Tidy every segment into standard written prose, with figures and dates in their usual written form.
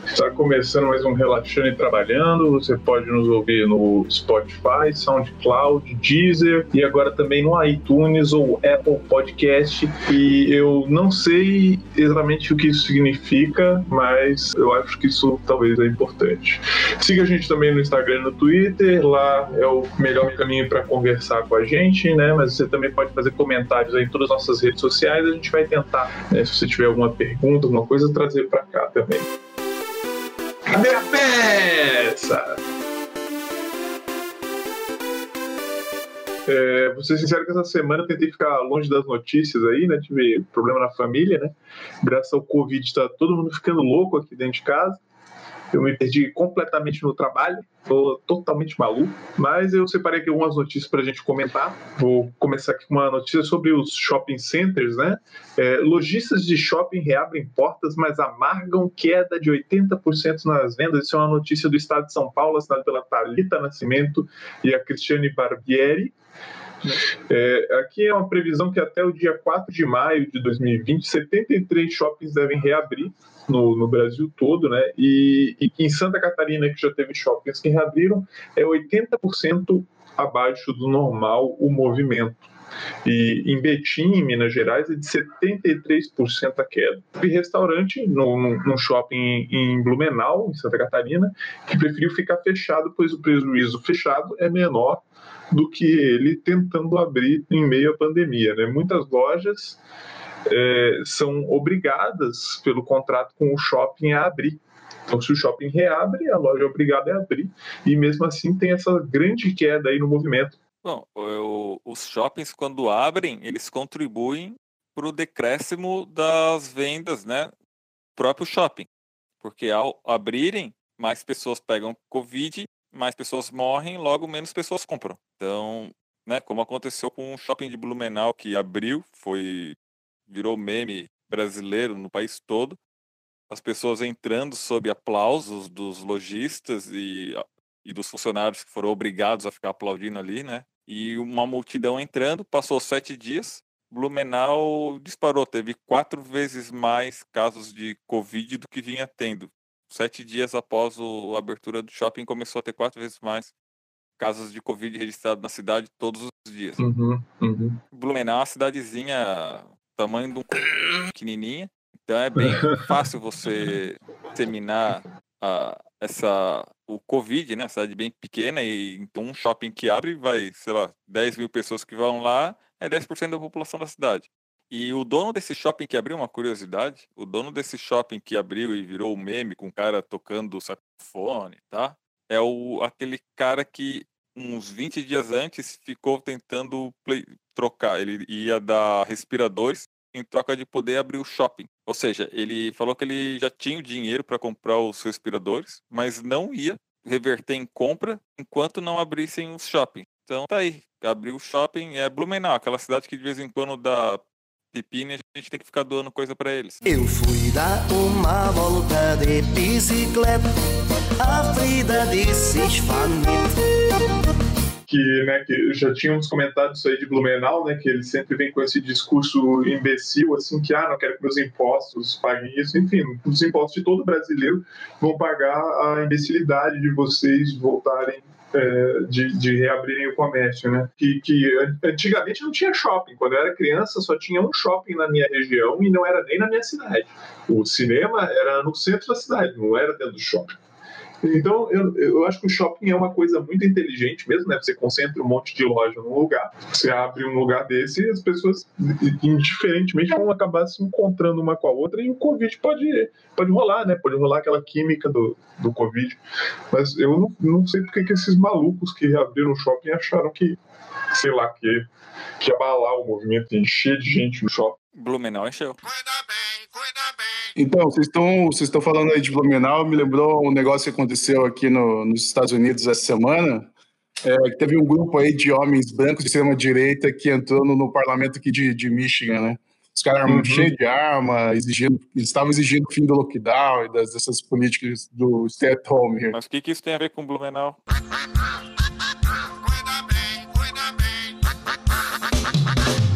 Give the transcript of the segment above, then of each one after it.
Está começando mais um Relaxando e Trabalhando. Você pode nos ouvir no Spotify, SoundCloud, Deezer e agora também no iTunes ou Apple Podcast. E eu não sei exatamente o que isso significa, mas eu acho que isso talvez é importante. Siga a gente também no Instagram e no Twitter. Lá é o melhor caminho para conversar com a gente, né? Mas você também pode fazer comentários aí em todas as nossas redes sociais. A gente vai tentar, né, se você tiver alguma pergunta, alguma coisa, trazer para cá também. Cadê a peça? Vou ser sincero que essa semana eu tentei ficar longe das notícias aí, né? Tive problema na família, né? Graças ao Covid tá todo mundo ficando louco aqui dentro de casa. Eu me perdi completamente no trabalho, tô totalmente maluco, mas eu separei aqui algumas notícias para a gente comentar. Vou começar aqui com uma notícia sobre os shopping centers, né? Lojistas de shopping reabrem portas, mas amargam queda de 80% nas vendas. Isso é uma notícia do estado de São Paulo, assinada pela Thalita Nascimento e a Cristiane Barbieri. Aqui é uma previsão que até o dia 4 de maio de 2020, 73 shoppings devem reabrir no Brasil todo, né? E em Santa Catarina, que já teve shoppings que reabriram, é 80% abaixo do normal o movimento. E em Betim, em Minas Gerais, é de 73% a queda. Vi restaurante num shopping em Blumenau, em Santa Catarina, que preferiu ficar fechado, pois o prejuízo fechado é menor do que ele tentando abrir em meio à pandemia, né? Muitas lojas são obrigadas pelo contrato com o shopping a abrir. Então, se o shopping reabre, a loja é obrigada a abrir, e mesmo assim tem essa grande queda aí no movimento. Bom, os shoppings, quando abrem, eles contribuem para o decréscimo das vendas, né? Próprio shopping. Porque ao abrirem, mais pessoas pegam Covid, mais pessoas morrem, logo menos pessoas compram. Então, né, como aconteceu com o shopping de Blumenau, que abriu, virou meme brasileiro no país todo, as pessoas entrando sob aplausos dos lojistas e dos funcionários que foram obrigados a ficar aplaudindo ali, né? E uma multidão entrando, passou 7 dias, Blumenau disparou, teve 4 vezes mais casos de Covid do que vinha tendo. 7 dias após a abertura do shopping, começou a ter 4 vezes mais casos de Covid registrados na cidade todos os dias. Blumenau é uma cidadezinha, tamanho de um pequenininha, então é bem fácil você disseminar o Covid, né? A cidade bem pequena, e então um shopping que abre vai, sei lá, 10 mil pessoas que vão lá, é 10% da população da cidade. E o dono desse shopping que abriu, uma curiosidade, o dono desse shopping que abriu e virou um meme com o cara tocando saxofone, tá? É aquele cara que uns 20 dias antes ficou tentando trocar, ele ia dar respiradores em troca de poder abrir o shopping. Ou seja, ele falou que ele já tinha o dinheiro para comprar os respiradores, mas não ia reverter em compra enquanto não abrissem os shoppings. Então tá aí, abriu o shopping, é Blumenau, aquela cidade que de vez em quando dá pepino e a gente tem que ficar doando coisa para eles. Eu fui dar uma volta de bicicleta, a Frida disse que já tínhamos comentado isso aí de Blumenau, né, que ele sempre vem com esse discurso imbecil, assim, que não quero que meus impostos paguem isso. Enfim, os impostos de todo brasileiro vão pagar a imbecilidade de vocês voltarem, de reabrirem o comércio, né? Que antigamente não tinha shopping. Quando eu era criança, só tinha um shopping na minha região e não era nem na minha cidade. O cinema era no centro da cidade, não era dentro do shopping. Então, eu acho que o shopping é uma coisa muito inteligente mesmo, né? Você concentra um monte de loja num lugar, você abre um lugar desse e as pessoas, indiferentemente, vão acabar se encontrando uma com a outra, e o Covid pode rolar, né? Pode rolar aquela química do Covid. Mas eu não sei porque que esses malucos que reabriram o shopping acharam que, sei lá, que ia abalar o movimento e encher de gente no shopping. Blumenau encheu. Então, vocês estão falando aí de Blumenau, me lembrou um negócio que aconteceu aqui nos Estados Unidos essa semana, que teve um grupo aí de homens brancos de extrema-direita que entrou no parlamento aqui de Michigan, né? Os caras cheios de arma, estavam exigindo o fim do lockdown e dessas políticas do stay at home here. Mas o que isso tem a ver com Blumenau?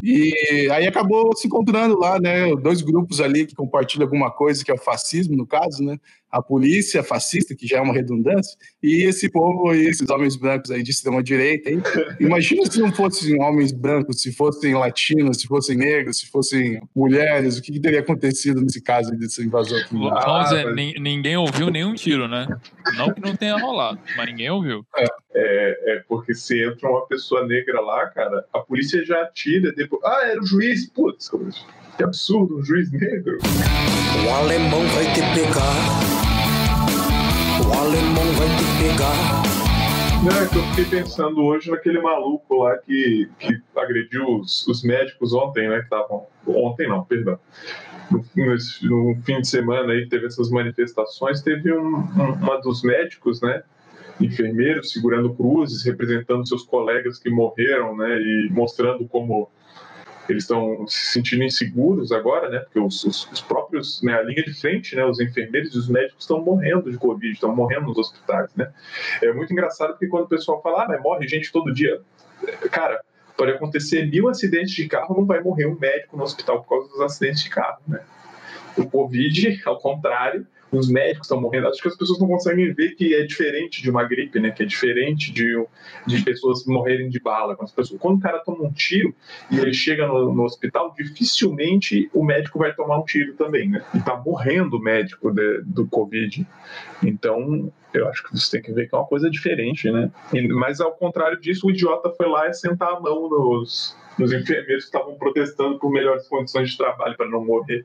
E aí acabou se encontrando lá, né, 2 grupos ali que compartilham alguma coisa, que é o fascismo, no caso, né, a polícia fascista, que já é uma redundância, e esse povo, esses homens brancos aí de extrema-direita. Imagina se não fossem homens brancos, se fossem latinos, se fossem negros, se fossem mulheres, o que teria acontecido nesse caso dessa invasão? Vamos dizer, ninguém ouviu nenhum tiro, né? Não que não tenha rolado, mas ninguém ouviu. Porque se entra uma pessoa negra lá, cara, a polícia já atira depois. Era o juiz, putz, que absurdo, um juiz negro. O alemão vai te pegar. O alemão vai te pegar. Eu fiquei pensando hoje naquele maluco lá que agrediu os médicos ontem, né? Que estavam. Ontem não, perdão. No fim de semana aí teve essas manifestações, teve uma dos médicos, né? Enfermeiros segurando cruzes, representando seus colegas que morreram, né? E mostrando como eles estão se sentindo inseguros agora, né? Porque os próprios, né, a linha de frente, né, os enfermeiros e os médicos estão morrendo de Covid, estão morrendo nos hospitais, né? É muito engraçado porque quando o pessoal fala, mas morre gente todo dia. Cara, pode acontecer 1000 acidentes de carro, não vai morrer um médico no hospital por causa dos acidentes de carro, né? O Covid, ao contrário, os médicos estão morrendo. Acho que as pessoas não conseguem ver que é diferente de uma gripe, né? Que é diferente de pessoas morrerem de bala. Quando o cara toma um tiro e ele chega no hospital, dificilmente o médico vai tomar um tiro também, né? E tá morrendo o médico do Covid. Então, eu acho que você tem que ver que é uma coisa diferente, né? Mas, ao contrário disso, o idiota foi lá e sentar a mão nos enfermeiros que estavam protestando por melhores condições de trabalho para não morrer.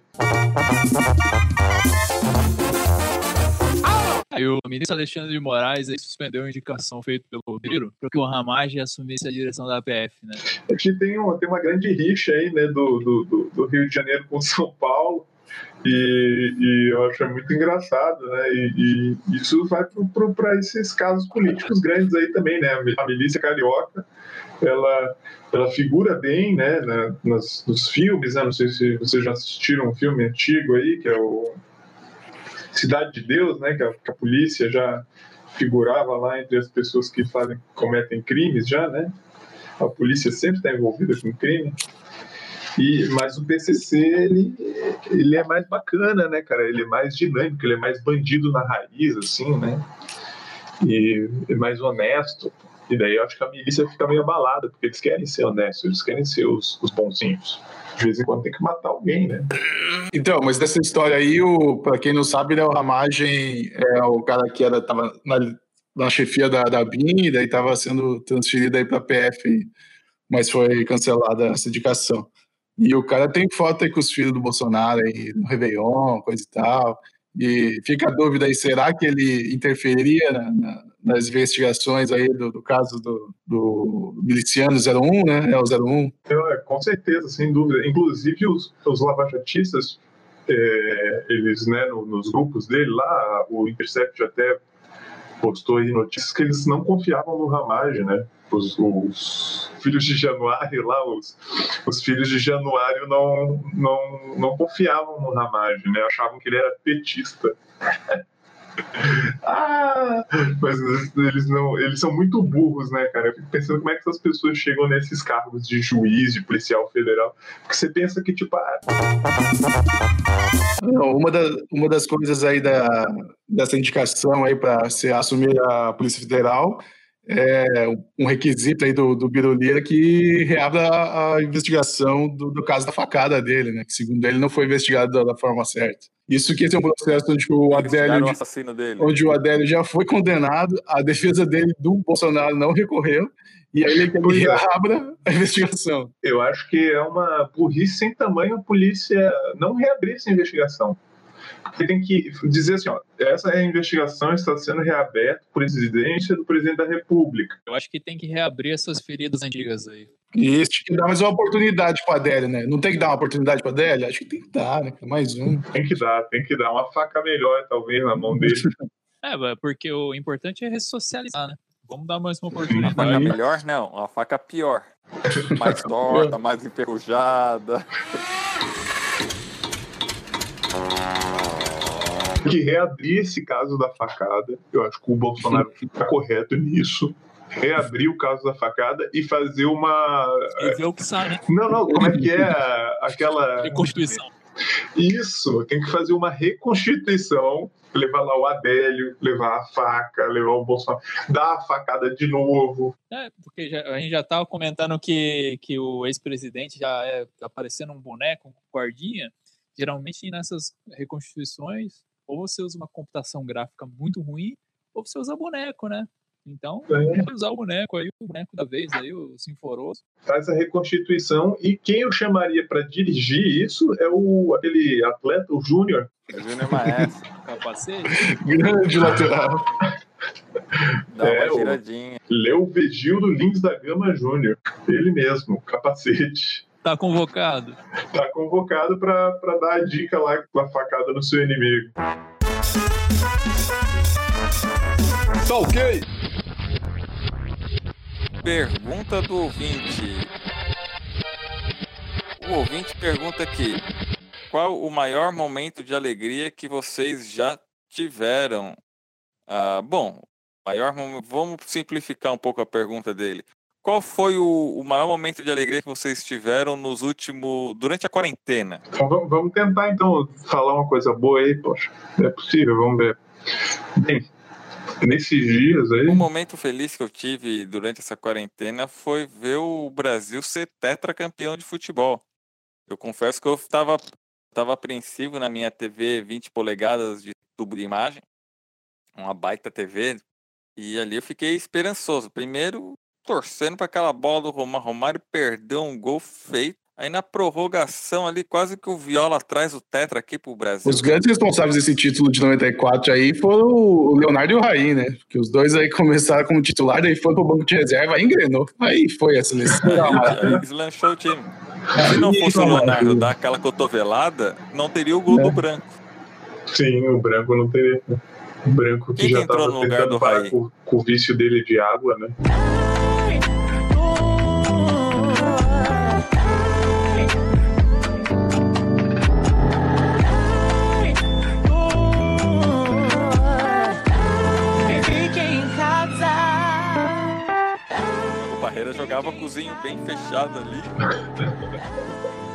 Aí o ministro Alexandre de Moraes aí suspendeu a indicação feita pelo Ciro para que o Ramagem assumisse a direção da PF, né? Aqui tem uma grande rixa aí, né, do Rio de Janeiro com São Paulo, e eu acho muito engraçado, né, e isso vai para esses casos políticos grandes aí também, né, a milícia carioca, ela figura bem, né, nos filmes, né, não sei se vocês já assistiram um filme antigo aí, que é o Cidade de Deus, né, que a polícia já figurava lá entre as pessoas que cometem crimes já, né? A polícia sempre está envolvida com crime. Mas o PCC, ele é mais bacana, né, cara? Ele é mais dinâmico, ele é mais bandido na raiz, assim, né? E mais honesto. E daí eu acho que a milícia fica meio abalada, porque eles querem ser honestos, eles querem ser os bonzinhos. De vez em quando tem que matar alguém, né? Então, mas dessa história aí, pra quem não sabe, né, o Ramagem é o cara que tava na chefia da BIM, daí estava sendo transferido aí para a PF, mas foi cancelada essa indicação. E o cara tem foto aí com os filhos do Bolsonaro aí no Réveillon, coisa e tal. E fica a dúvida aí, será que ele interferiria nas investigações aí do caso do miliciano 01, né? É o 01? Com certeza, sem dúvida. Inclusive os lavajatistas, eles, né, nos grupos dele lá, o Intercept até postou aí notícias que eles não confiavam no Ramagem, né? Os filhos de Januário lá, os filhos de Januário não confiavam no Ramagem, né? Achavam que ele era petista. Mas eles são muito burros, né, cara? Eu fico pensando como é que essas pessoas chegam nesses cargos de juiz, de policial federal, porque você pensa que, tipo... Uma das coisas aí dessa indicação aí para se assumir a Polícia Federal é um requisito aí do Birulira que reabra a investigação do caso da facada dele, né? Que segundo ele não foi investigado da forma certa. Isso que esse é um processo onde o Adélio já foi condenado, a defesa dele do Bolsonaro não recorreu, e aí ele quer que reabra a investigação. Eu acho que é uma burrice sem tamanho a polícia não reabrir essa investigação. Porque tem que dizer assim, ó, essa investigação está sendo reaberta por exigência do presidente da República. Eu acho que tem que reabrir essas feridas antigas aí. E isso tem que dar mais uma oportunidade para a Adélio, né? Não tem que dar uma oportunidade para a Adélio? Acho que tem que dar, né? Mais um. Tem que dar uma faca melhor, talvez, na mão dele. Porque o importante é ressocializar, né? Vamos dar mais uma oportunidade. Uma faca melhor? Não, uma faca pior. Mais torta, mais enferrujada. Que reabrir esse caso da facada, eu acho que o Bolsonaro fica correto nisso. reabrir o caso da facada e fazer uma... E ver o que sai, né? Não, como é que é aquela... Reconstituição. Isso, tem que fazer uma reconstituição, levar lá o Adélio, levar a faca, levar o Bolsonaro, dar a facada de novo. Porque a gente já estava comentando que o ex-presidente já tá parecendo um boneco com cordinha. Geralmente nessas reconstituições, ou você usa uma computação gráfica muito ruim, ou você usa boneco, né? Então, vamos usar o boneco da vez, aí, o Sinforoso. Faz a reconstituição e quem eu chamaria para dirigir isso é aquele atleta, o Júnior. O Júnior Maestro. Capacete. Grande lateral. Dá uma giradinha. Leovigildo Lins da Gama Júnior. Ele mesmo, capacete. Tá convocado. Tá convocado para dar a dica lá com a facada no seu inimigo. Tá ok? Pergunta do ouvinte. O ouvinte pergunta aqui: qual o maior momento de alegria que vocês já tiveram? Bom, vamos simplificar um pouco a pergunta dele. Qual foi o maior momento de alegria que vocês tiveram durante a quarentena? Então, vamos tentar então falar uma coisa boa aí, poxa. É possível, vamos ver. Bem, nesses dias aí... Um momento feliz que eu tive durante essa quarentena foi ver o Brasil ser tetracampeão de futebol. Eu confesso que eu estava apreensivo na minha TV 20 polegadas de tubo de imagem, uma baita TV, e ali eu fiquei esperançoso. Primeiro, torcendo para aquela bola do Romário. Romário perdeu um gol feito. Aí na prorrogação ali, quase que o Viola traz o tetra aqui pro Brasil. Os grandes responsáveis desse título de 94 aí foram o Leonardo e o Raí, né? Porque os dois aí começaram como titular, daí foram pro banco de reserva, aí engrenou. Aí foi a seleção. Aí deslanchou o time. Se não fosse o Leonardo dar aquela cotovelada, não teria o gol do Branco. Sim, o Branco não teria. O Branco que Quem já entrou estava no lugar do parar Raí? com o vício dele de água, né? O Parreira jogava cozinho bem fechado ali.